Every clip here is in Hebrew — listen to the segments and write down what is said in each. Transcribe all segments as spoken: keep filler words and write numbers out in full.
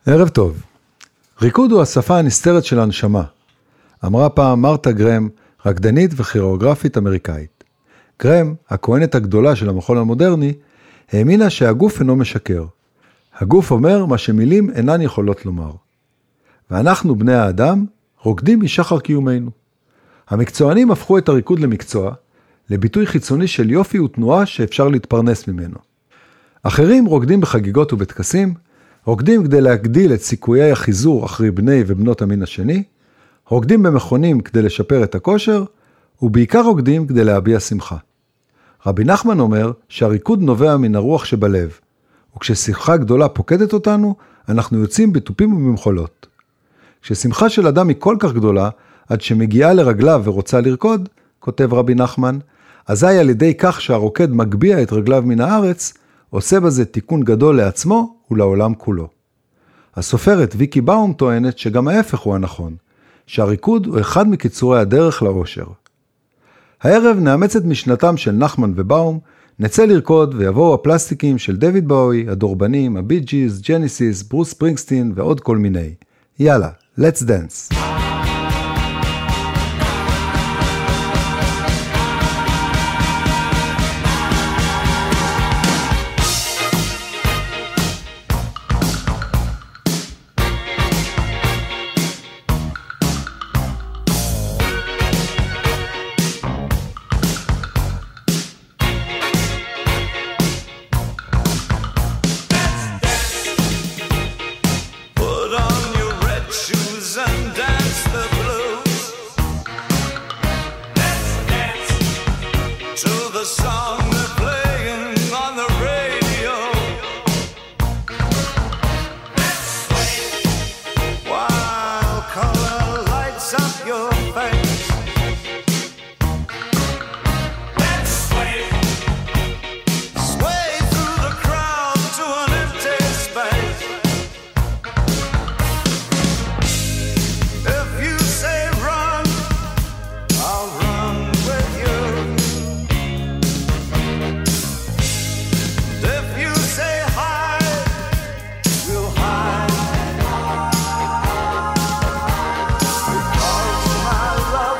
ערב טוב. ריקוד הוא השפה הנסתרת של הנשמה. אמרה פעם מרתה גרם, רקדנית וכירוגרפית אמריקאית. גרם, הכהנת הגדולה של המחול המודרני, האמינה שהגוף אינו משקר. הגוף אומר מה שמילים אינן יכולות לומר. ואנחנו, בני האדם, רוקדים משחר קיומנו. המקצוענים הפכו את הריקוד למקצוע, לביטוי חיצוני של יופי ותנועה שאפשר להתפרנס ממנו. אחרים רוקדים בחגיגות ובטקסים, רוקדים כדי להגדיל את סיכויי החיזור אחרי בני ובנות המין השני, רוקדים במכונים כדי לשפר את הכושר, ובעיקר רוקדים כדי להביע שמחה. רבי נחמן אומר שהריקוד נובע מן הרוח שבלב, וכששמחה גדולה פוקדת אותנו, אנחנו יוצאים בטופים ובמחולות. כששמחה של אדם היא כל כך גדולה, עד שמגיעה לרגליו ורוצה לרקוד, כותב רבי נחמן, אזי על ידי כך שהרוקד מגביע את רגליו מן הארץ, עושה בזה תיקון גדול לעצמו ולעולם כולו. הסופרת ויקי באום טוענת שגם ההפך הוא הנכון, שהריקוד הוא אחד מקיצורי הדרך לאושר. הערב נאמץ את משנתם של נחמן ובאום, נצא לרקוד ויבואו הפלסטיקים של דויד בואי, הדורבנים, הבי ג'יז, ג'ניסיס, ברוס ספרינגסטין ועוד כל מיני. יאללה, let's dance. My love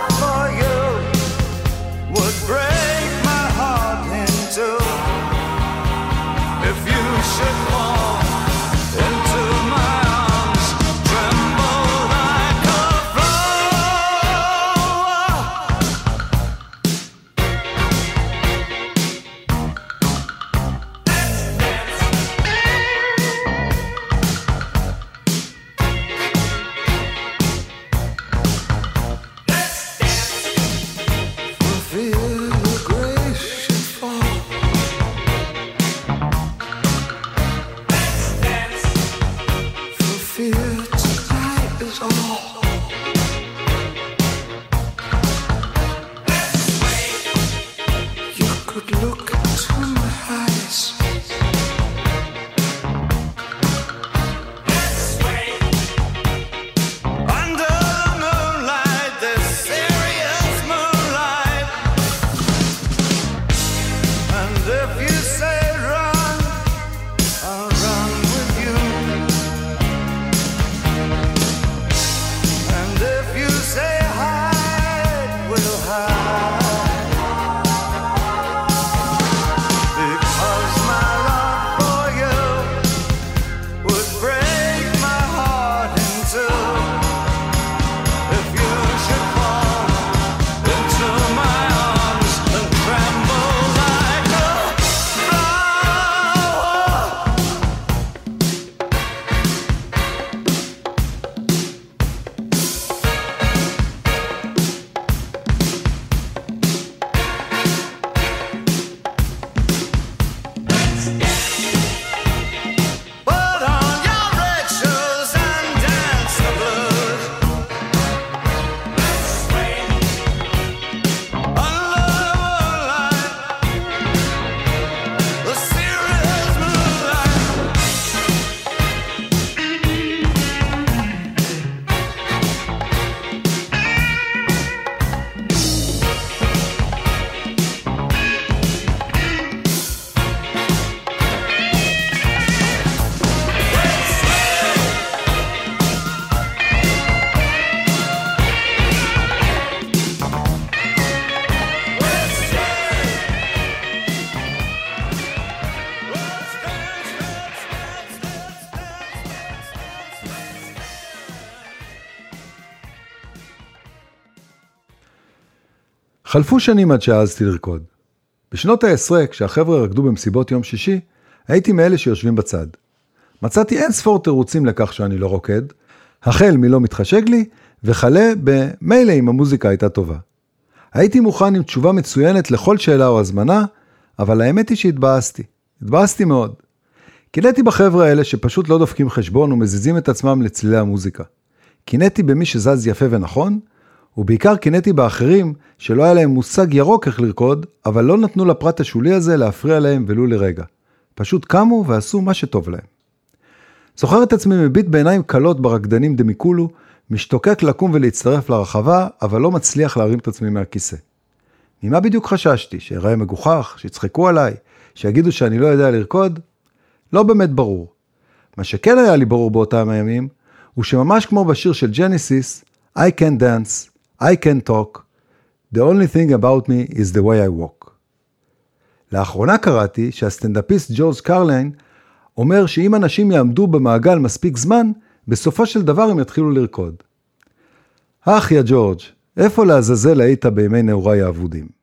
חלפו שנים עד שהעזתי לרקוד. בשנות העשרה, כשהחבר'ה רקדו במסיבות יום שישי, הייתי מאלה שיושבים בצד. מצאתי אין ספור תירוצים לכך שאני לא רוקד, החל מלא מתחשק לי, וחלה במילא אם המוזיקה הייתה טובה. הייתי מוכן עם תשובה מצוינת לכל שאלה או הזמנה, אבל האמת היא שהתבאסתי. התבאסתי מאוד. קינאתי בחבר'ה האלה שפשוט לא דופקים חשבון ומזיזים את עצמם לצלילי המוזיקה. קינאתי במי שזז יפה ונכון, ובעיקר קינאתי באחרים שלא היה להם מושג ירוק איך לרקוד, אבל לא נתנו לפרט השולי הזה להפריע להם ולו לרגע. פשוט קמו ועשו מה שטוב להם. זוכר את עצמי מביט בעיניים קלות ברקדנים דמיקולו, משתוקק לקום ולהצטרף לרחבה, אבל לא מצליח להרים את עצמי מהכיסא. ממה בדיוק חששתי? שיראה מגוחך, שיצחקו עליי, שיגידו שאני לא יודע לרקוד? לא באמת ברור. מה שכן היה לי ברור באותם הימים, הוא שממש כמו בשיר של ג'ניסיס, I can dance, I can talk, the only thing about me is the way I walk. לאחרונה קראתי שהסטנדאפיסט ג'ורג' קרליין אומר שאם אנשים יעמדו במעגל מספיק זמן, בסופו של דבר הם יתחילו לרקוד. אך יא ג'ורג', איפה לעזאזל היית בימי נעוריי האבודים?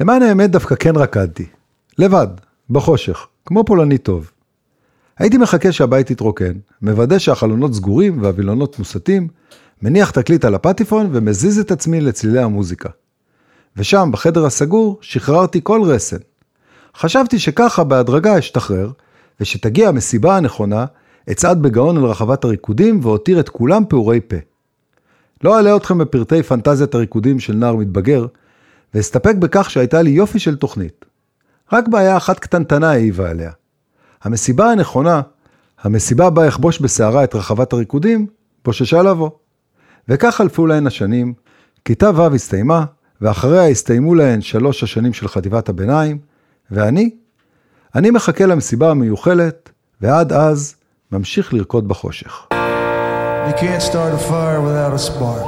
למען האמת דווקא כן רקדתי. לבד, בחושך, כמו פולני טוב. הייתי מחכה שהבית יתרוקן, מוודא שהחלונות סגורים והווילונות מוסתים, מניח תקליט על הפטיפון ומזיז את עצמי לצלילי המוזיקה. ושם, בחדר הסגור, שחררתי כל רסן. חשבתי שככה בהדרגה אשתחרר, ושתגיע המסיבה הנכונה, אצעד בגאון אל רחבת הריקודים והותיר את כולם פעורי פה. לא אעלה אתכם בפרטי פנטזיית הריקודים של נער מתבגר, ואסתפק בכך שהייתה לי יופי של תוכנית. רק בעיה אחת קטנטנה העיבה עליה. המסיבה הנכונה, המסיבה בה אכבוש בסערה את רחבת הריקודים, בוששה לבוא. וכך חלפו להן השנים, כיתה ו' הסתיימה, ואחריה הסתיימו להן שלוש השנים של חטיבת הביניים, ואני, אני מחכה למסיבה המיוחלת, ועד אז ממשיך לרקוד בחושך. You can't start a fire without a spark.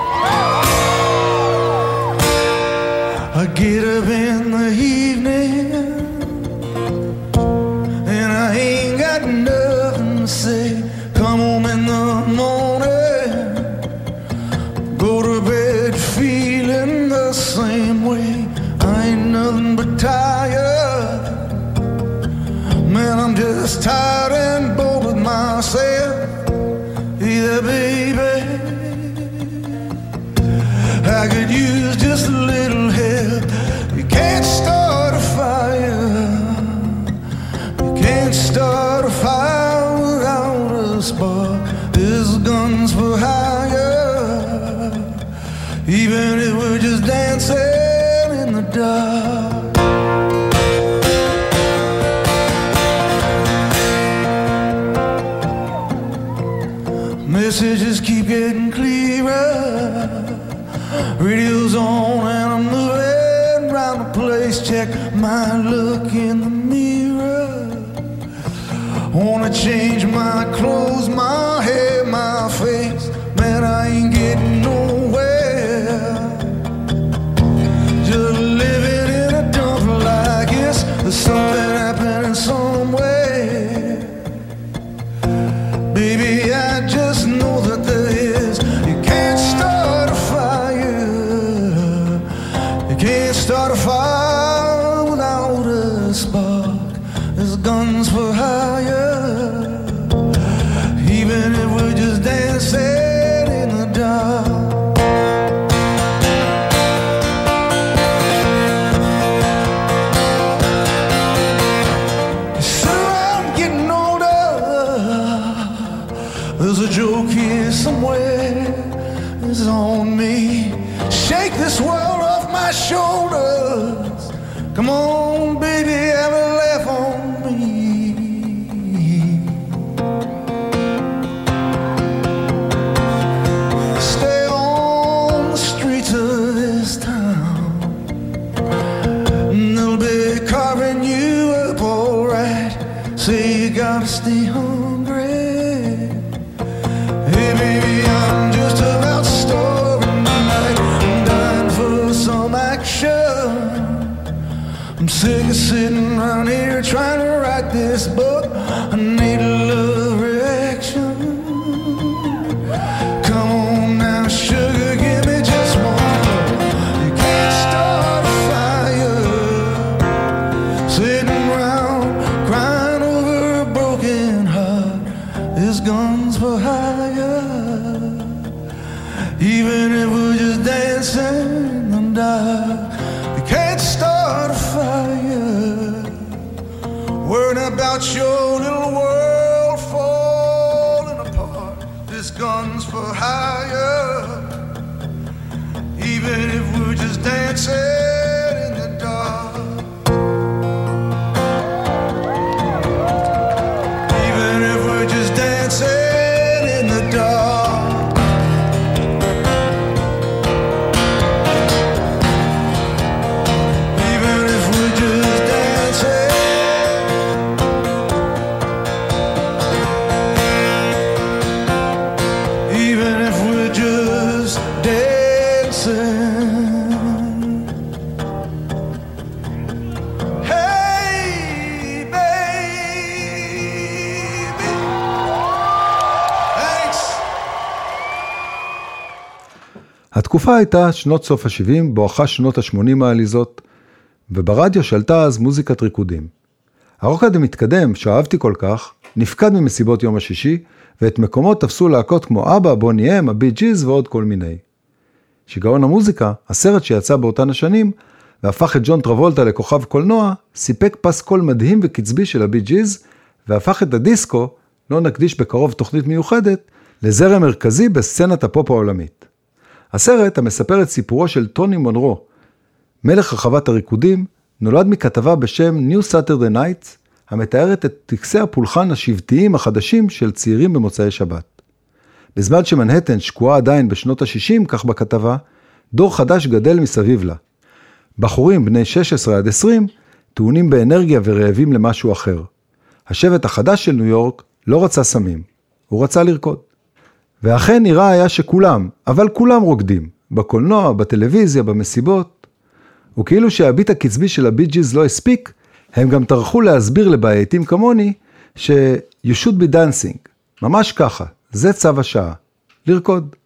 I get up in the evening and I ain't got nothing to say. Come home in the morning, go to bed feeling the same way. I ain't nothing but tired. Man, I'm just tired and bored with myself. Yeah, baby, I could use just a little help. You can't start a fire. You can't start a fire without a spark. There's guns for hire, even if we're just dancing in the dark. Messages keep getting clearer. Radio's on and I'm moving around the place. Check my look in the mirror. Wanna change my clothes, my hair, my face. Man, I ain't getting nowhere. Just living in a dump like this. There's something happening somewhere. Baby, I just know that there is. You can't start a fire. You can't start a fire without a spark. There's guns for hire, even if we're just dancing in the dark. So I'm getting older. There's a joke here somewhere, it's on me. Shake this world off my shoulders. Come on, baby, have a laugh on me. Stay on the streets of this town, and they'll be carving you up alright. Say you gotta stay hungry. Hey baby, I'm just about starving tonight. I'm dying for some action. I'm sick of sitting around here trying to write this book. I need a love reaction. Come on now, sugar, give me just one look. You can't start a fire sitting around crying over a broken heart. There's guns for hire, even if we're just dancing in the dark. You can't start a fire, worrying about your little world falling apart. This gun's for hire, even if we're just dancing in the dark. Even if we're just dancing in the dark. Even if we're just dancing. Even if we're just dancing. Hey, baby. Thanks. התקופה הייתה שנות סוף ה-שבעים, בואכה שנות ה-שמונים העליזות, וברדיו שלטה אז מוזיקת ריקודים. הרוקד המתקדם, שאהבתי כל כך, נפקד ממסיבות יום השישי, ואת מקומות תפסו להקות כמו אבא, בוני אם, הבי ג'יז ועוד כל מיני. שיגעון המוזיקה, הסרט שיצא באותן השנים, והפך את ג'ון טרבולטה לכוכב קולנוע, סיפק פס קול מדהים וקצבי של הבי ג'יז, והפך את הדיסקו, לא נקדיש בקרוב תוכנית מיוחדת, לזרם מרכזי בסצנת הפופ העולמית. הסרט, המספר את סיפורו של טוני מונרו, מלך רחבת הריקודים, נולד מכתבה בשם New Saturday Nights, המתארת את טקסי הפולחן השבטיים החדשים של צעירים במוצאי שבת. בזמן שמנהטן שקועה עדיין בשנות ה-שישים, כך בכתבה, דור חדש גדל מסביב לה. בחורים בני שש עשרה עד עשרים, טעונים באנרגיה ורעבים למשהו אחר. השבט החדש של ניו יורק לא רצה סמים, הוא רצה לרקוד. ואכן נראה היה שכולם, אבל כולם רוקדים, בקולנוע, בטלוויזיה, במסיבות. וכאילו שהביט הקצבי של הבי ג'יז לא הספיק, הם גם טרחו להסביר לבעייתים כמוני, ש- you should be dancing, ממש ככה, זה צו השעה, לרקוד.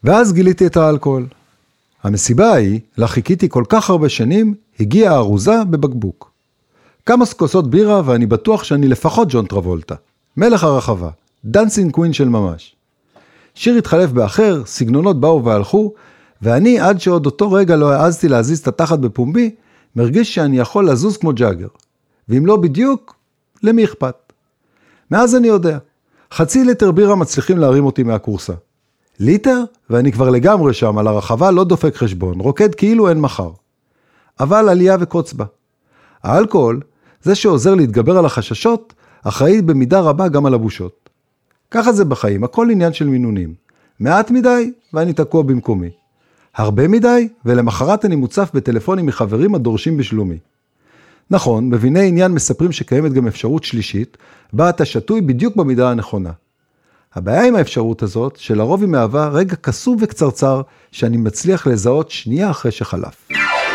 ואז גיליתי את האלכוהול. המסיבה ההיא, לה חיכיתי כל כך הרבה שנים, הגיעה ארוזה בבקבוק. כמה כוסות בירה ואני בטוח שאני לפחות ג'ון טרבולטה. מלך הרחבה, דנסינג קווין של ממש. שיר התחלף באחר, סגנונות באו והלכו, ואני עד שעוד אותו רגע לא העזתי להזיז את התחת בפומבי, מרגיש שאני יכול לזוז כמו ג'אגר. ואם לא בדיוק, למי אכפת? מאז אני יודע, חצי ליטר בירה מצליחים להרים אותי מהקורסה. ליטר, ואני כבר לגמרי שם, על הרחבה לא דופק חשבון, רוקד כאילו אין מחר. אבל עלייה וקוץ בה. האלכוהול, זה שעוזר להתגבר על החששות, אחראי במידה רבה גם על הבושות. ככה זה בחיים, הכל עניין של מינונים. מעט מדי, ואני תקוע במקומי. הרבה מדי, ולמחרת אני מוצף בטלפונים מחברים הדורשים בשלומי. נכון, בביני עניין מספרים שקיימת גם אפשרות שלישית, בה אתה שטוי בדיוק במידה הנכונה. הבעיה עם האפשרות הזאת, שלרוב היא מהווה רגע קסום וקצרצר, שאני מצליח לזהות שנייה אחרי שחלף.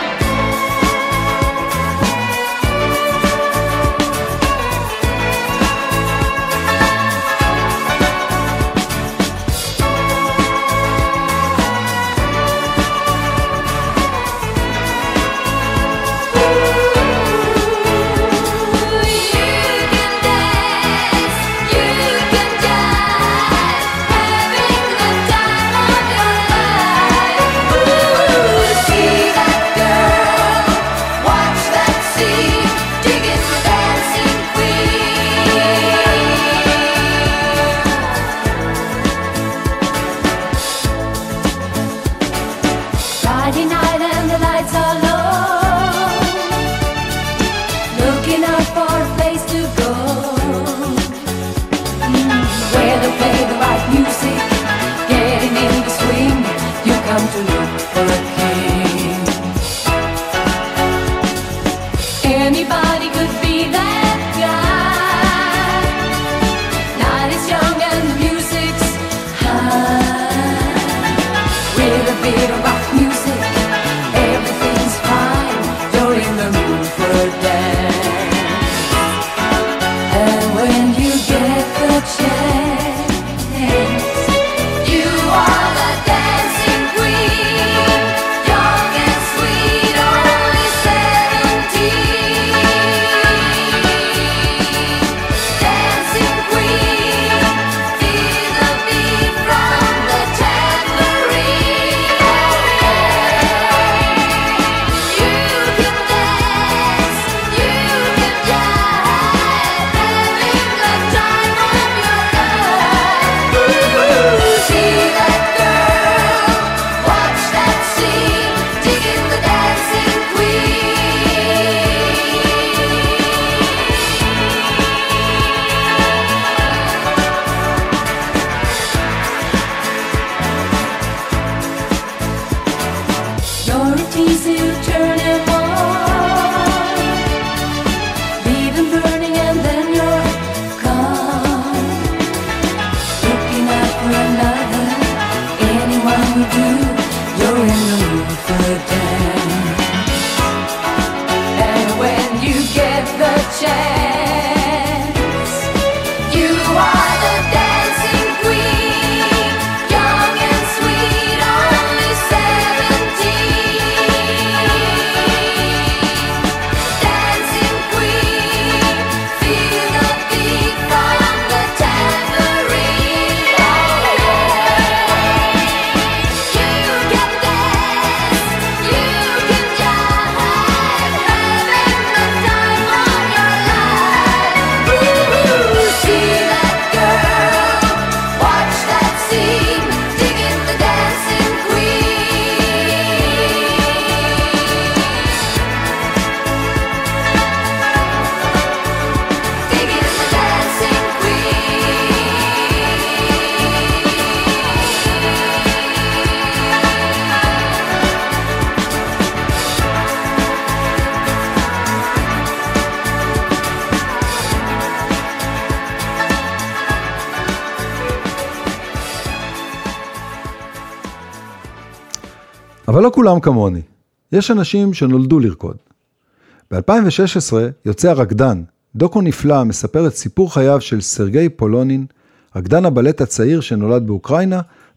אבל לא כולם כמוני. יש אנשים שנולדו לרקוד. ב-אלפיים ושש עשרה יוצא הרקדן, דוקו נפלא, מספר את סיפור חייו של סרגי פולונין, רקדן הבלט הצעיר שנולד באוקראינה,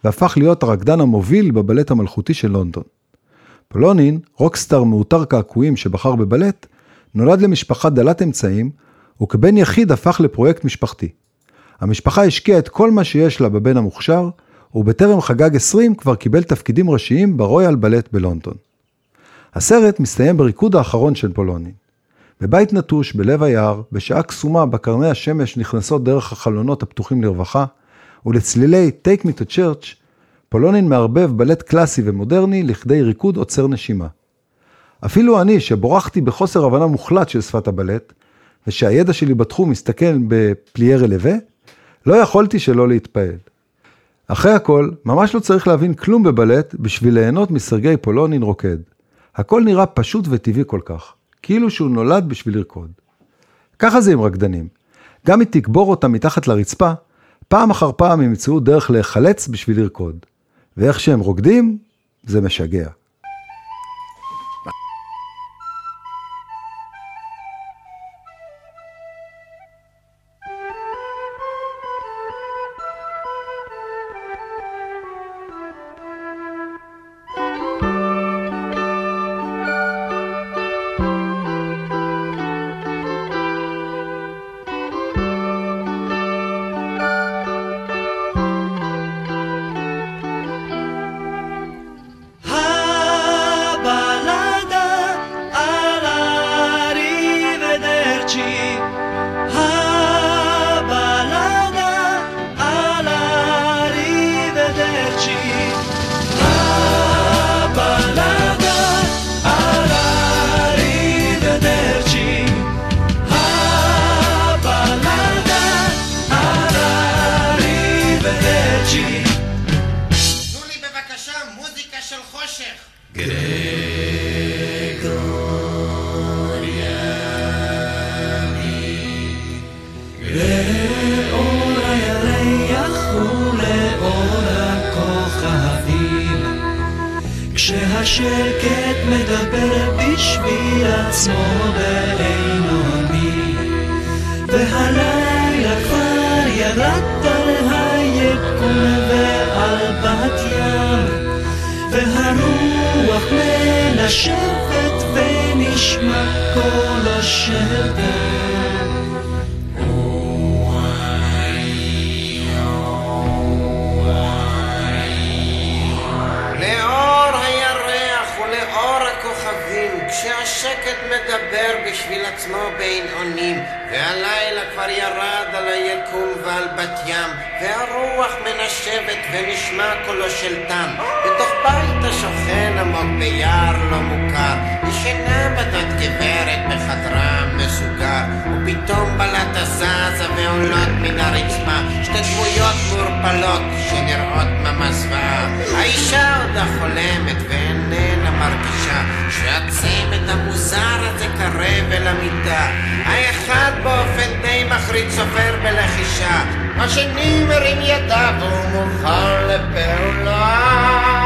והפך להיות הרקדן המוביל בבלט המלכותי של לונדון. פולונין, רוקסטאר מאותר קעקועים שבחר בבלט, נולד למשפחה דלת אמצעים, וכבן יחיד הפך לפרויקט משפחתי. המשפחה השקיעה את כל מה שיש לה בבן המוכשר, ובטרם חגג עשרים כבר קיבל תפקידים ראשיים ברויאל בלט בלונדון. הסרט מסתיים בריקוד האחרון של פולונין. בבית נטוש בלב היער, בשעה קסומה בקרני השמש נכנסות דרך החלונות הפתוחים לרווחה, ולצלילי Take Me to Church, פולונין מערבב בלט קלאסי ומודרני לכדי ריקוד עוצר נשימה. אפילו אני, שבורחתי בחוסר הבנה מוחלט של שפת הבלט, ושהידע שלי בתחום מסתכל בפלייר אלווה, לא יכולתי שלא להתפעל. אחרי הכל, ממש לא צריך להבין כלום בבלט בשביל ליהנות מסרגי פולונין רוקד. הכל נראה פשוט וטבעי כל כך, כאילו שהוא נולד בשביל לרקוד. ככה זה עם רקדנים. גם אם תקבור אותם מתחת לרצפה, פעם אחר פעם הם ימצאו דרך להיחלץ בשביל לרקוד. ואיך שהם רוקדים, זה משגע. כשהשקט מדבר בשביל עצמו בעינוני, והלילה כבר ירד על היקום ועל בת ים, והרוח מנשבת ונשמע קולו של בן. כשהשקט מדבר בשביל עצמו בין עונים, והלילה כבר ירד על היקום ועל בת ים, והרוח מנשבת ונשמע קולו של תם, בתוך בית השוכן עמוק ביער לא מוכר, ישנה בתת גברת בחדרה מסוגר, ופתאום בלטה זזה ועולות מן הרצפה שתי דמויות מורפלות שנראות ממש זוועה. האישה עוד החולמת ואיננה מרגישה שהצמד המוזר הזה קרב אל המיטה. האחד באופן די מחריד סופר בלחישה, השני מרים ידיו ומוכן לפעולה.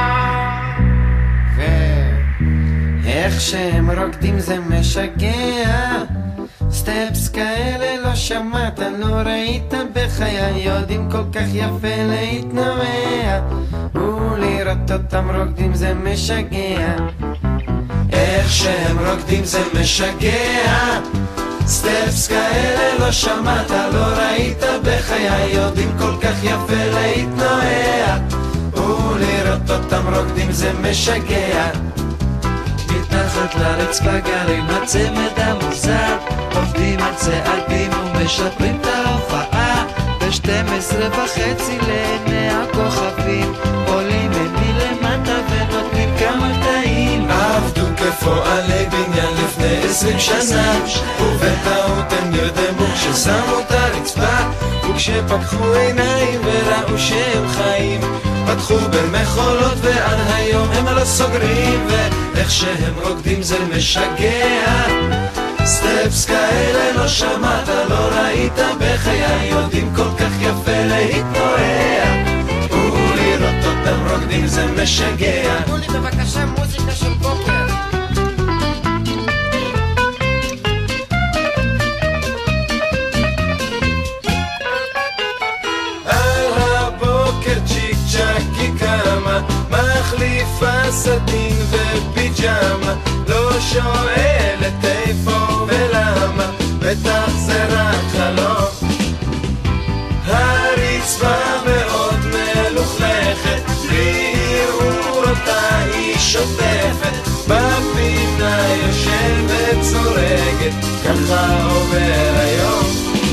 ואיך שהם רוקדים זה משגע, סטפס כאלה לא שמעת, לא ראית בחיי, יודעים כל כך יפה להתנועע, ולראות אותם רוקדים זה משגע. איך שהם רוקדים זה משגע, סטפס כאלה לא שמעת, לא ראית בחיי, יודעים כל כך יפה להתנועע, ולראות אותם רוקדים זה משגע. מתחת לרצפה גרים הצמד המוזר, עובדים על צעדים ומשפרים את ההופעה, ב-שתים עשרה וחצי לעיני הכוכבים עולים הם מלמטה ונותנים כמה קטעים. עבדו כפועלי בניין לפני עשרים שנה, ובטעות הם נרדמו כששמו את הרצפה, וכשפקחו עיניים וראו שהם חיים, פתחו במחולות ועד היום הם לא סוגרים. ואיך שהם רוקדים זה משגע, סטפס כאלה לא שמעת, לא ראית בחיי, יודעים כל כך יפה להתנועע, ולראות אותם רוקדים זה משגע. תנו לי בבקשה מוזיקה של בוקר. על הבוקר צ'יק צ'ק שואלת איפה ולמה, בטח זה רק חלום. הרצפה מאוד מלוכלכת, בלי ערעור אותה היא שוטפת, בפינה יושבת צורגת, ככה עובר היום.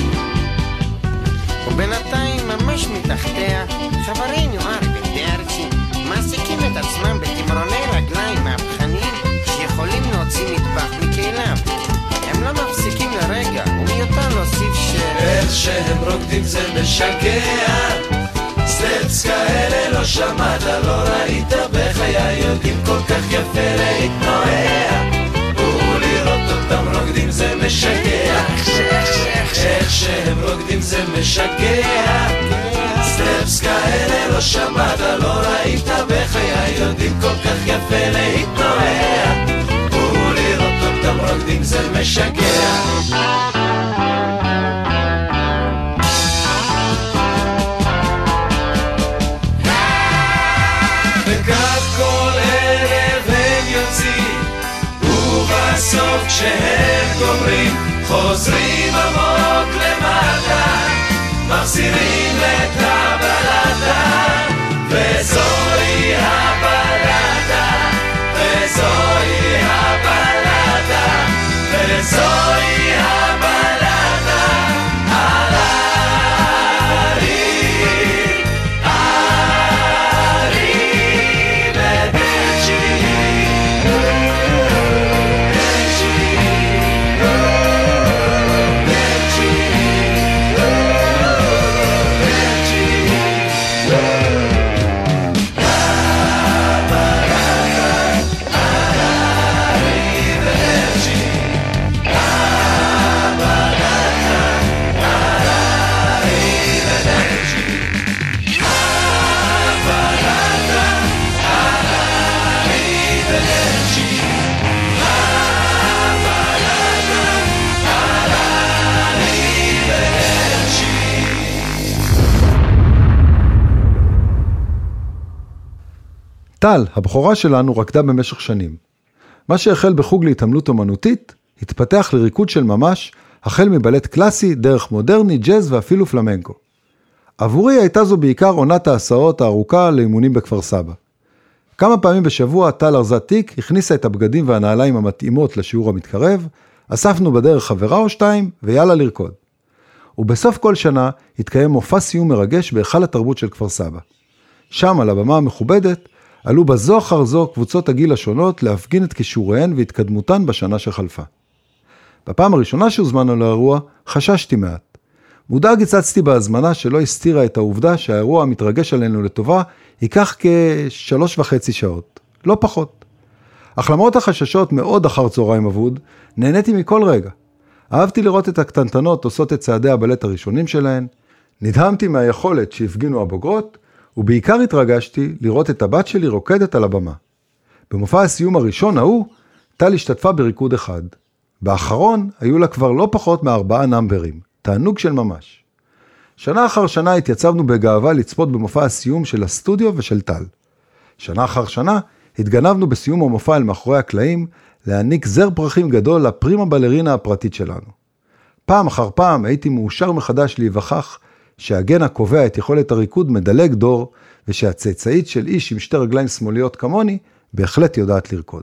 ובינתיים ממש מתחתיה חברינו ארי ודרצ'י מעסיקים את עצמם בתמרוני רגליים מהפכניים שיכולים להוציא מטבח מכליו. הם לא מפסיקים לרגע, ומיותר להוסיף ש... איך שהם רוקדים זה משגע, סטפס כאלה לא שמעת, לא ראית בחיי, יודעים כל כך יפה להתנועע, ולראות אותם רוקדים זה משגע, איך שהם רוקדים זה משגע, סטפס כאלה לא שמעת, לא ראית בחיי, יודעים כל כך יפה להתנועע, ולראות אותם רוקדים זה משגע. בסוף כשהם גומרים חוזרים עמוק למטה, מחזירים את הבלטה, וזוהי הבלטה, וזוהי הבלטה, וזוהי הבלטה, על הערים, הערים ודשי. טל, הבחורה שלנו, רקדה במשך שנים. מה שהחל בחוג להתעמלות אומנותית, התפתח לריקוד של ממש, החל מבלט קלאסי, דרך מודרני, ג'אז ואפילו פלמנקו. עבורי הייתה זו בעיקר עונת ההסעות הארוכה לאימונים בכפר סבא. כמה פעמים בשבוע טל ארזה תיק, הכניסה את הבגדים והנעליים המתאימות לשיעור המתקרב, אספנו בדרך חברה או שתיים ויאללה לרקוד. ובסוף כל שנה התקיים מופע סיום מרגש בהיכל התרבות של כפר סבא. שם על הבמה המכובדת, עלו בזו אחר זו קבוצות הגיל השונות להפגין את כישוריהן והתקדמותן בשנה שחלפה. בפעם הראשונה שהוזמנו לאירוע, חששתי מעט. מודאג הצצתי בהזמנה שלא הסתירה את העובדה שהאירוע המתרגש עלינו לטובה ייקח כשלוש וחצי שעות, לא פחות. אך למרות החששות מאוד אחר צהריים אבוד, נהניתי מכל רגע. אהבתי לראות את הקטנטנות עושות את צעדי הבלט הראשונים שלהן, נדהמתי מהיכולת שהפגינו הבוגרות, ובעיקר התרגשתי לראות את הבת שלי רוקדת על הבמה. במופע הסיום הראשון ההוא, טל השתתפה בריקוד אחד. באחרון היו לה כבר לא פחות מארבעה נמברים, תענוג של ממש. שנה אחר שנה התייצבנו בגאווה לצפות במופע הסיום של הסטודיו ושל טל. שנה אחר שנה התגנבנו בסיום המופע אל מאחורי הקלעים, להעניק זר פרחים גדול לפרימה בלרינה הפרטית שלנו. פעם אחר פעם הייתי מאושר מחדש להיווכח, שהגן הקובע את יכולת הריקוד מדלג דור, ושהצאצאית של איש עם שתי רגליים שמאליות כמוני, בהחלט יודעת לרקוד.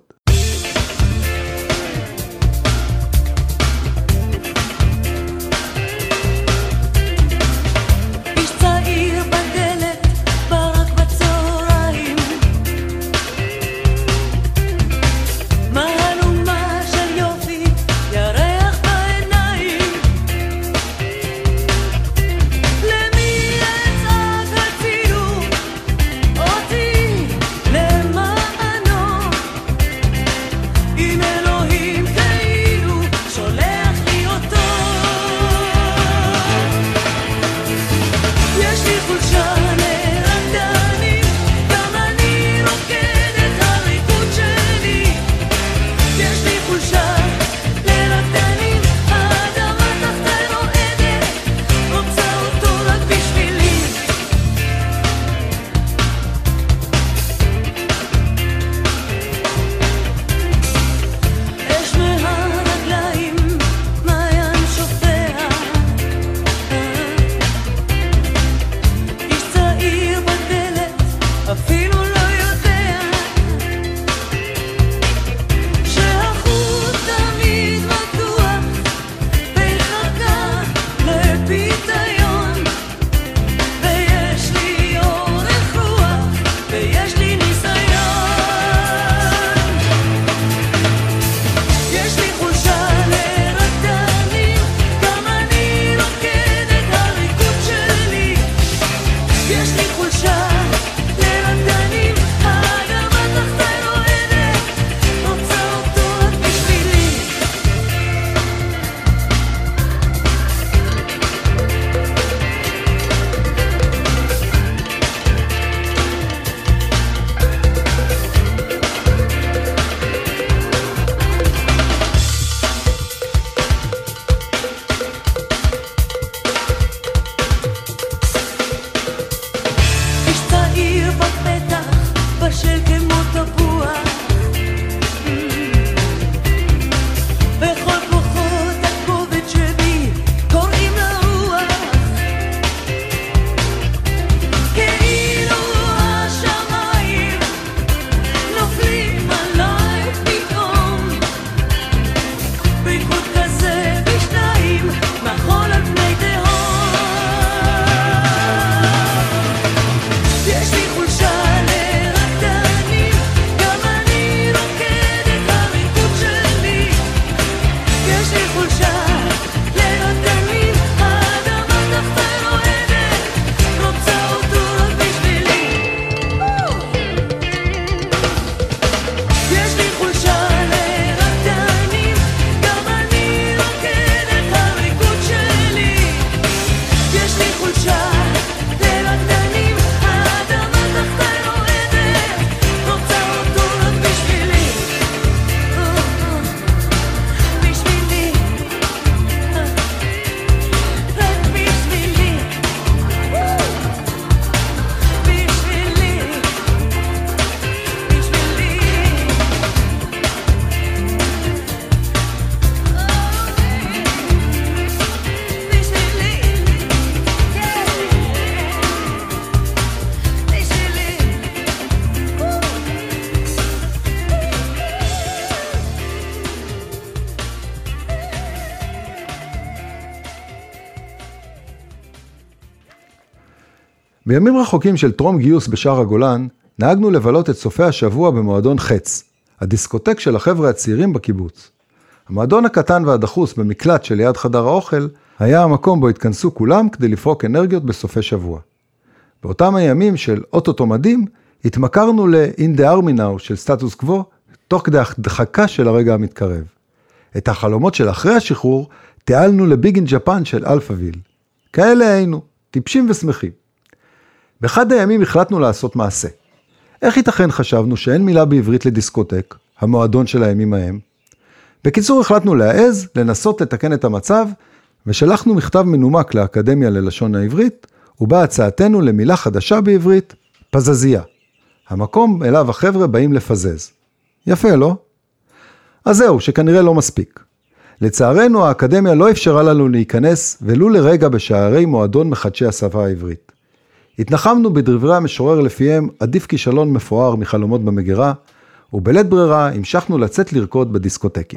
בימים רחוקים של טרום גיוס בשער הגולן, נהגנו לבלות את סופי השבוע במועדון חץ, הדיסקוטק של החבר'ה הצעירים בקיבוץ. המועדון הקטן והדחוס במקלט שליד חדר האוכל, היה המקום בו התכנסו כולם כדי לפרוק אנרגיות בסופי שבוע. באותם הימים של אוטוטו מדהים, התמכרנו ל-In the Army Now של סטטוס קוו, תוך כדי הדחקה של הרגע המתקרב. את החלומות של אחרי השחרור, תיעלנו לביג אין ג'פן של אלפאביל. כאלה היינו, טיפשים ושמחים. באחד הימים החלטנו לעשות מעשה. איך ייתכן חשבנו שאין מילה בעברית לדיסקוטק, המועדון של הימים ההם? בקיצור החלטנו להעז, לנסות לתקן את המצב, ושלחנו מכתב מנומק לאקדמיה ללשון העברית, ובה הצעתנו למילה חדשה בעברית, פזזיה. המקום אליו החבר'ה באים לפזז. יפה, לא? אז זהו, שכנראה לא מספיק. לצערנו, האקדמיה לא אפשרה לנו להיכנס, ולו לרגע בשערי מועדון מחדשי השפה העברית. התנחמנו בדברי המשורר לפיהם עדיף כישלון מפואר מחלומות במגירה, ובלית ברירה המשכנו לצאת לרקוד בדיסקוטקים.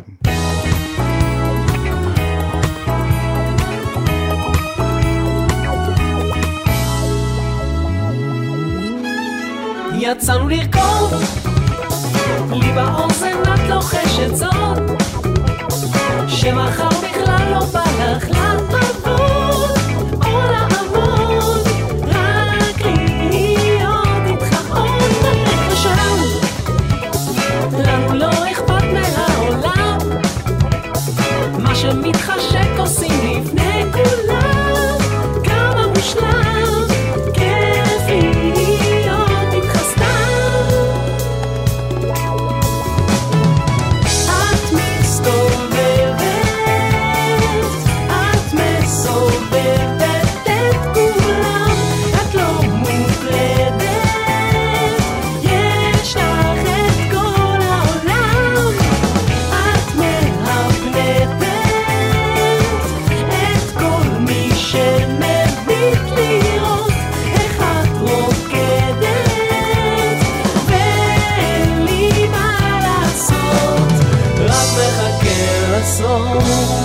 יצאנו לרקוד, לי באוזן את לוחשת זאת, שמחר בכלל לא בא לך לעבוד, או לעבוד, רק להיות איתך עוד בדרך שם. לנו לא אכפת מהעולם, מה שמתחשק עושים לפני כולם, כמה מושלם, כיף להיות איתך סתם. את מסתובבת, את מסובבת את כולם, את לא מוקלדת, יש לך את כל העולם. את מהפנטת את כל מי שמביט לראות איך את רוקדת, ואין לי מה לעשות, רק מחכה לסוף.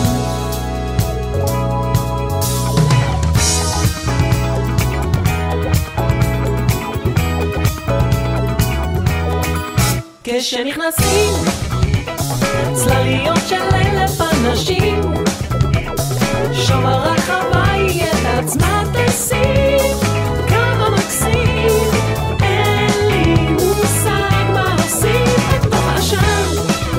כשנכנסים צלליות של אלף אנשים, שם הרחבה היא את עצמה תשים, כמה מקסים, אין לי מושג מה עושים בתוך השם.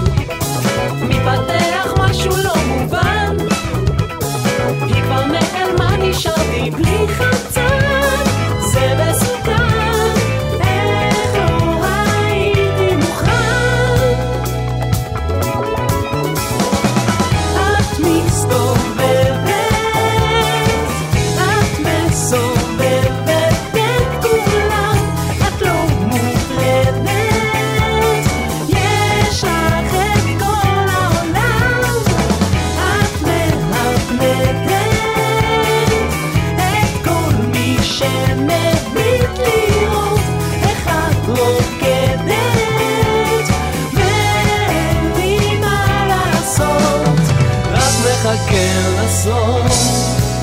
מתפתח משהו לא מובן, היא כבר נעלמה, נשארתי בלי חמצן, זה מסוכן, איך לא הייתי מוכן. את מסתובבת, את מסובבת את כולם, את לא מוטרדת, יש לך את כל העולם. את מהפנטת את כל מי שמביט לראות איך את רוקדת, ואין לי מה לעשות, רק מחכה לסוף.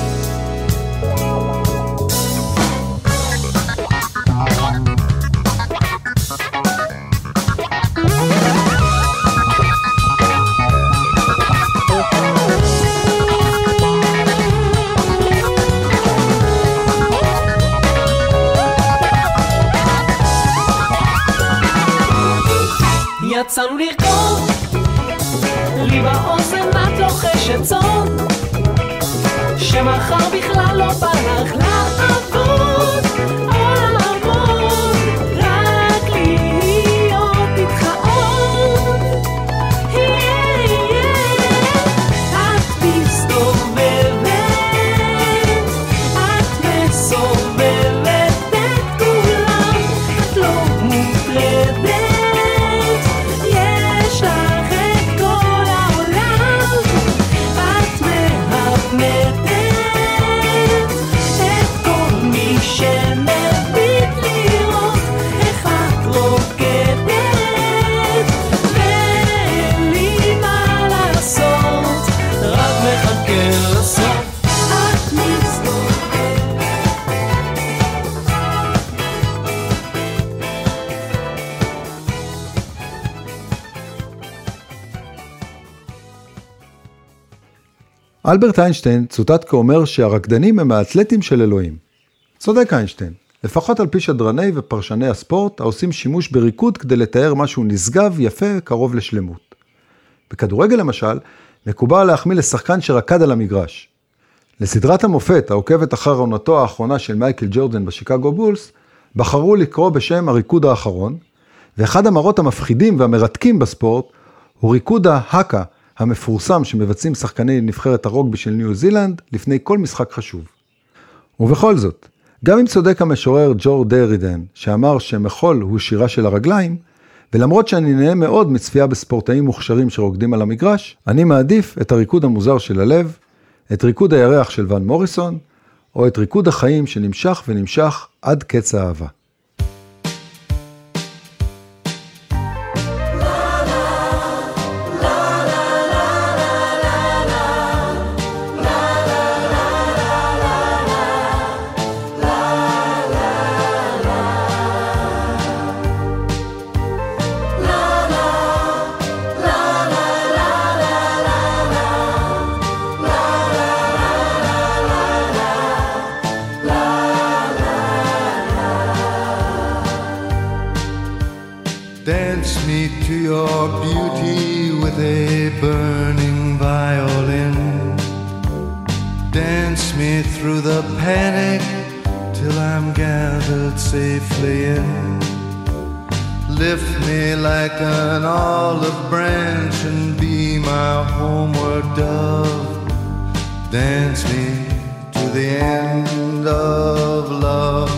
יצאנו לרקוד, לי באוזן את לוחשת זאת, שמחר בכלל לא בא לך לעבוד, או לעבוד, רק להיות איתך עוד. את מסתובבת, את מסובבת את כולם, את לא מוטרדת, יש לך את כל העולם. את מהפנטת את כל אלברט איינשטיין צוטט כאומר שהרקדנים הם האתלטים של אלוהים. צודק איינשטיין, לפחות על פי שדרני ופרשני הספורט העושים שימוש בריקוד כדי לתאר משהו נשגב, יפה, קרוב לשלמות. בכדורגל למשל, מקובל להחמיא לשחקן שרקד על המגרש. לסדרת המופת העוקבת אחר עונתו האחרונה של מייקל ג'ורדן בשיקגו בולס, בחרו לקרוא בשם הריקוד האחרון, ואחד המראות המפחידים והמרתקים בספורט הוא ריקוד ההקה המפורסם שמבצעים שחקני נבחרת הרוגבי של ניו זילנד לפני כל משחק חשוב. ובכל זאת, גם אם צודק המשורר ג'ור דרידן שאמר שמחול הוא שירה של הרגליים, ולמרות שאני נהנה מאוד מצפייה בספורטאים מוכשרים שרוקדים על המגרש, אני מעדיף את הריקוד המוזר של הלב, את ריקוד הירח של ון מוריסון, או את ריקוד החיים שנמשך ונמשך עד קץ האהבה. Dance me to your beauty with a burning violin. Dance me through the panic till I'm gathered safely in. Lift me like an olive branch and be my homeward dove. Dance me to the end of love.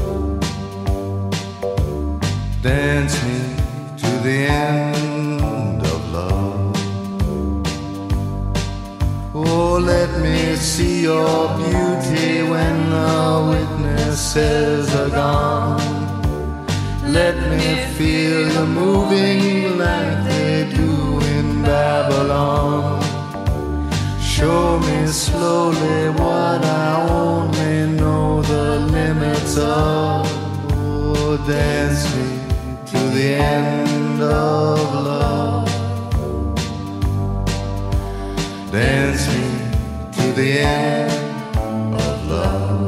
Dance me to the end of love. Oh, let me see your beauty when the witnesses are gone. Let me feel you moving like they do in Babylon. Show me slowly what I only know the limits of. Oh, dance me to the end of love. Dance me to the end of love.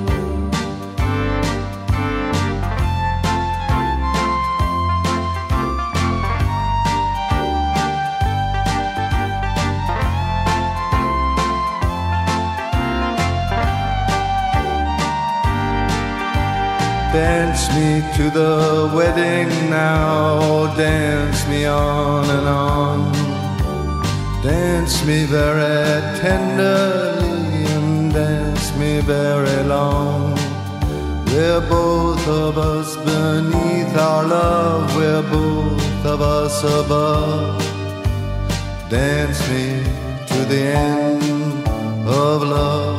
Dance me to the wedding now, dance me on and on. Dance me very tenderly and dance me very long. We're both of us beneath our love, we're both of us above. Dance me to the end of love.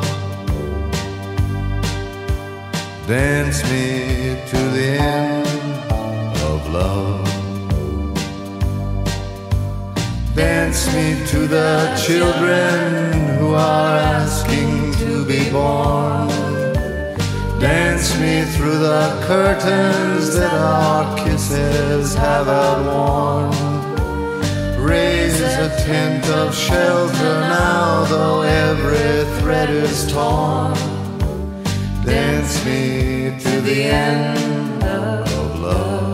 Dance me to the end of love. Dance me to the children who are asking to be born. Dance me through the curtains that our kisses have outworn. Raise a tent of shelter now, though every thread is torn. Dance me to the end of love.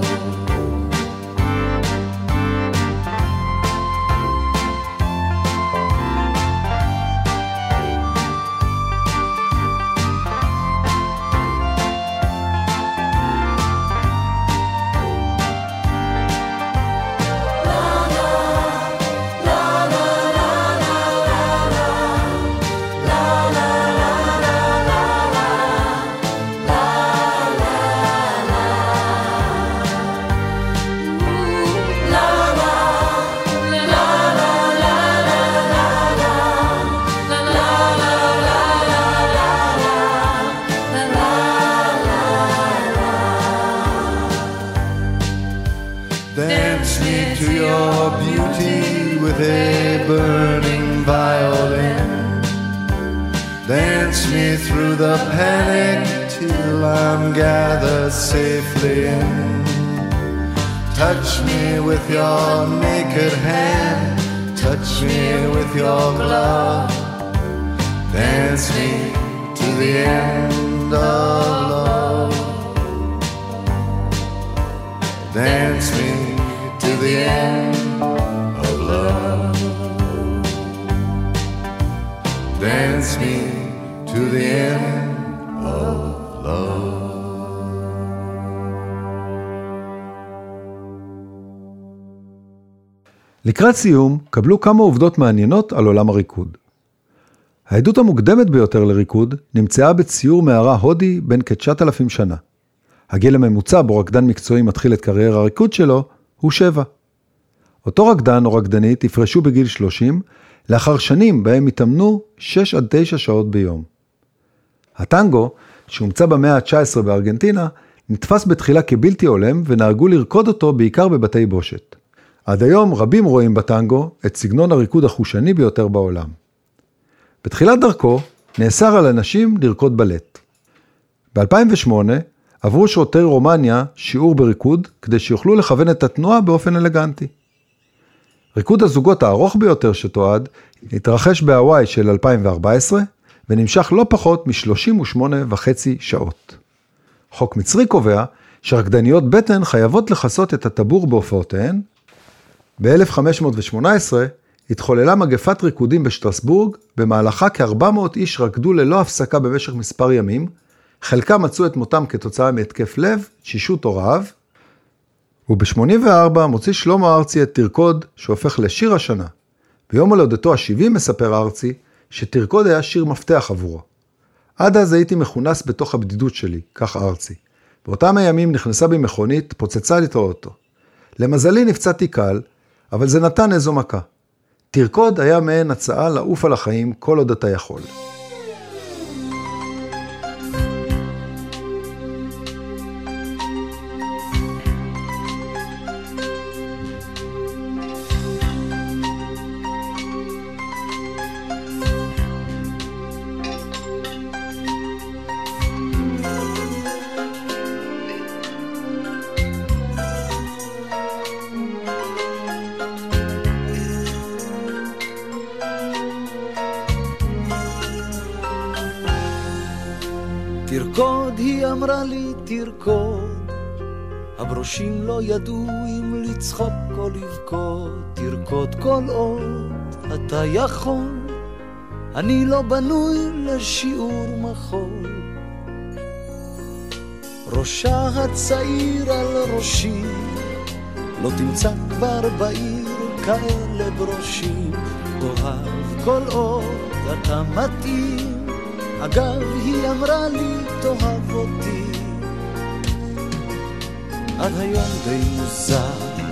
Dance me to your beauty with a burning violin. Dance me through the panic till I'm gathered safely in. Touch me with your naked hand, touch me with your glove. Dance me to the end of love. Dance me to the end of love. Dance me to the end of love. לקראת סיום, קבלו כמה עובדות מעניינות על עולם הריקוד. העדות המוקדמת ביותר לריקוד נמצאה בציור מערה הודי בין כ-תשעת אלפים שנה. הגיל הממוצע בו רקדן מקצועי מתחיל את קריירה הריקוד שלו הוא שבע. אותו רקדן או רקדנית יפרשו בגיל שלושים, לאחר שנים בהם התאמנו שש עד תשע שעות ביום. הטנגו, שהומצא במאה ה-תשע עשרה בארגנטינה, נתפס בתחילה כבלתי עולם ונהגו לרקוד אותו בעיקר בבתי בושת. עד היום רבים רואים בטנגו את סגנון הריקוד החושני ביותר בעולם. בתחילת דרכו נאסר על אנשים לרקוד בלט. ב-אלפיים ושמונה עברו שוטרי רומניה שיעור בריקוד כדי שיוכלו לכוון את התנועה באופן אלגנטי. ריקוד הזוגות הארוך ביותר שתועד התרחש בהוואי של אלפיים וארבע עשרה ונמשך לא פחות מ-שלושים ושמונה וחצי שעות. חוק מצרי קובע שרקדניות בטן חייבות לחסות את הטבור בהופעותיהן. ב-אלף חמש מאות ושמונה עשרה התחוללה מגפת ריקודים בשטרסבורג, במהלכה כ-ארבע מאות איש רקדו ללא הפסקה במשך מספר ימים, חלקם מצאו את מותם כתוצאה מהתקף לב, תשישות או רעב, וב-שמונים וארבע מוציא שלמה ארצי את תרקוד שהופך לשיר השנה. ביום הולדתו ה-שבעים מספר ארצי שתרקוד היה שיר מפתח עבורו. עד אז הייתי מכונס בתוך הבדידות שלי, כך ארצי. באותם הימים נכנסה בי מכונית, פוצצה לי את האוטו. למזלי נפצעתי קל, אבל זה נתן איזו מכה. תרקוד היה מעין הצעה לעוף על החיים כל עוד אתה יכול. תרקוד, היא אמרה לי תרקוד, הברושים לא ידעו אם לצחוק או לבכות. תרקוד כל עוד אתה יכול, אני לא בנוי לשיעור מחול. ראשה הצעיר על ראשי, לא תמצא כבר בעיר כאלה ברושים. תאהב כל עוד אתה מתאים, אגב היא אמרה לי תאהב אותי. עד היום די מוזר,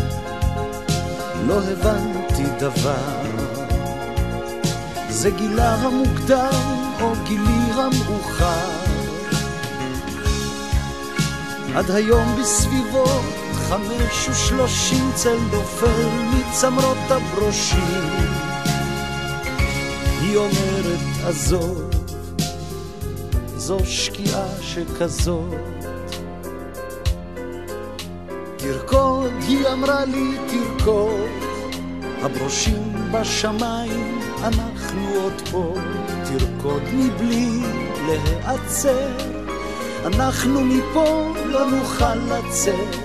לא הבנתי דבר, זה גילה המוקדם או גילי המאוחר. עד היום בסביבות חמש ושלושים צל נופל מצמרות הברושים. היא אומרת עזוב, זו שקיעה שכזאת. תרקוד, היא אמרה לי תרקוד, הברושים בשמיים, אנחנו עוד פה. תרקוד מבלי להיעצר, אנחנו מפה לא נוכל לצאת.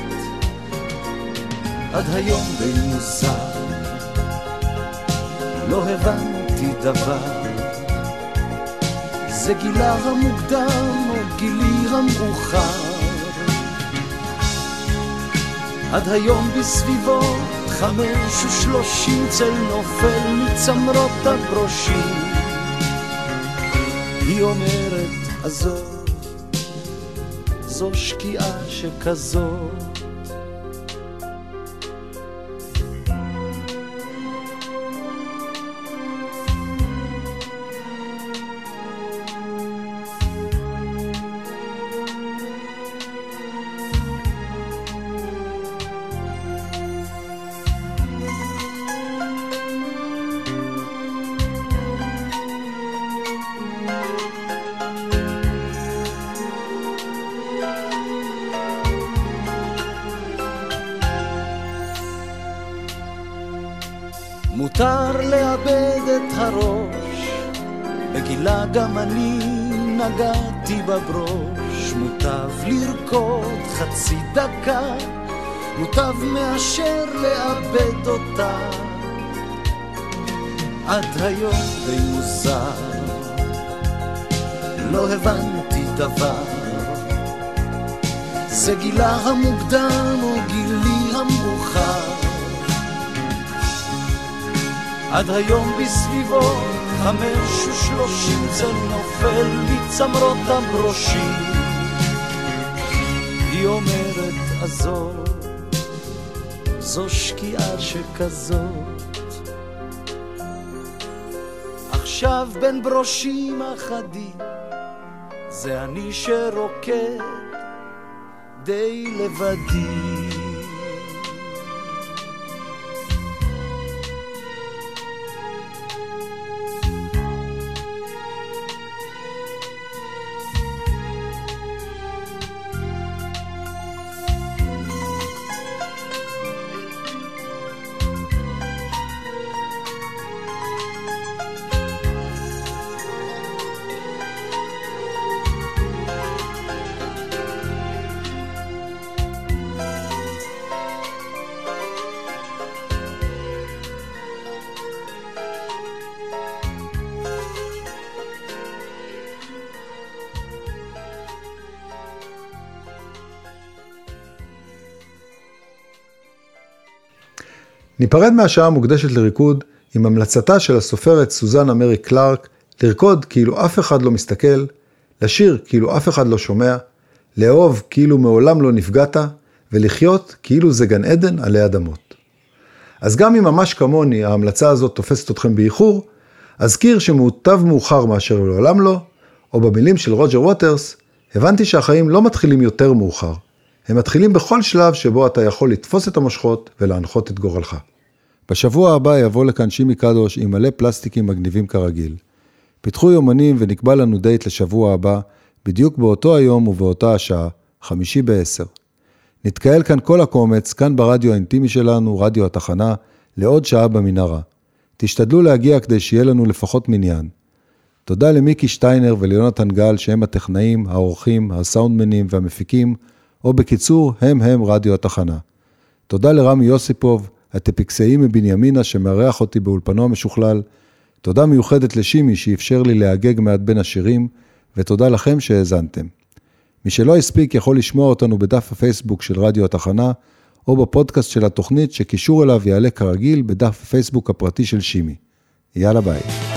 עד היום די מוזר, לא הבנתי דבר, זה גילה המוקדם או גילי המאוחר. עד היום בסביבות חמש ושלושים צל נופל מצמרות הברושים. היא אומרת עזוב, זו שקיעה שכזאת. מותר לאבד את הראש, תחילה גם אני נגעתי בברוש, מוטב לרקוד חצי דקה, מוטב מאשר לאבד אותה. עד היום די מוזר, לא הבנתי דבר, זה גילה המוקדם או גילי המאוחר. עד היום בסביבו חמש ושלושים זה נופל מצמרות הברושים. היא אומרת עזור, זו שקיעה שכזאת. עכשיו בין ברושים אחדים זה אני שרוקד די לבדי. ניפרד מהשעה המוקדשת לריקוד עם המלצתה של הסופרת סוזנה מרי קלארק לרקוד כאילו אף אחד לא מסתכל, לשיר כאילו אף אחד לא שומע, לאהוב כאילו מעולם לא נפגעת, ולחיות כאילו זה גן עדן עלי אדמות. אז גם אם ממש כמוני ההמלצה הזאת תופסת אתכם באיחור, אזכיר שמוטב מאוחר מאשר לעולם לא, או במילים של רוג'ר ווטרס, הבנתי שהחיים לא מתחילים יותר מאוחר. הם מתחילים בכל שלב שבו אתה יכול לתפוס את המושכות ולהנחות את גורלך. בשבוע הבא יבוא לכאן שימי קדוש עם מלא פלסטיקים מגניבים כרגיל. פיתחו יומנים ונקבע לנו דייט לשבוע הבא, בדיוק באותו היום ובאותה השעה, חמישי בעשר. נתקהל כאן כל הקומץ, כאן ברדיו האינטימי שלנו, רדיו התחנה, לעוד שעה במנהרה. תשתדלו להגיע כדי שיהיה לנו לפחות מניין. תודה למיקי שטיינר וליונתן גל שהם הטכנאים, האורחים, הסאונדמנים והמפיקים, או בקיצור, הם הם רדיו התחנה. תודה לרמי יוסיפוב, הטפיקסאי מבנימינה שמארח אותי באולפנו המשוכלל. תודה מיוחדת לשימי שאפשר לי להגג מעט בין השירים, ותודה לכם שהאזנתם. מי שלא הספיק יכול לשמוע אותנו בדף הפייסבוק של רדיו התחנה, או בפודקאסט של התוכנית שקישור אליו יעלה כרגיל בדף הפייסבוק הפרטי של שימי. יאללה ביי.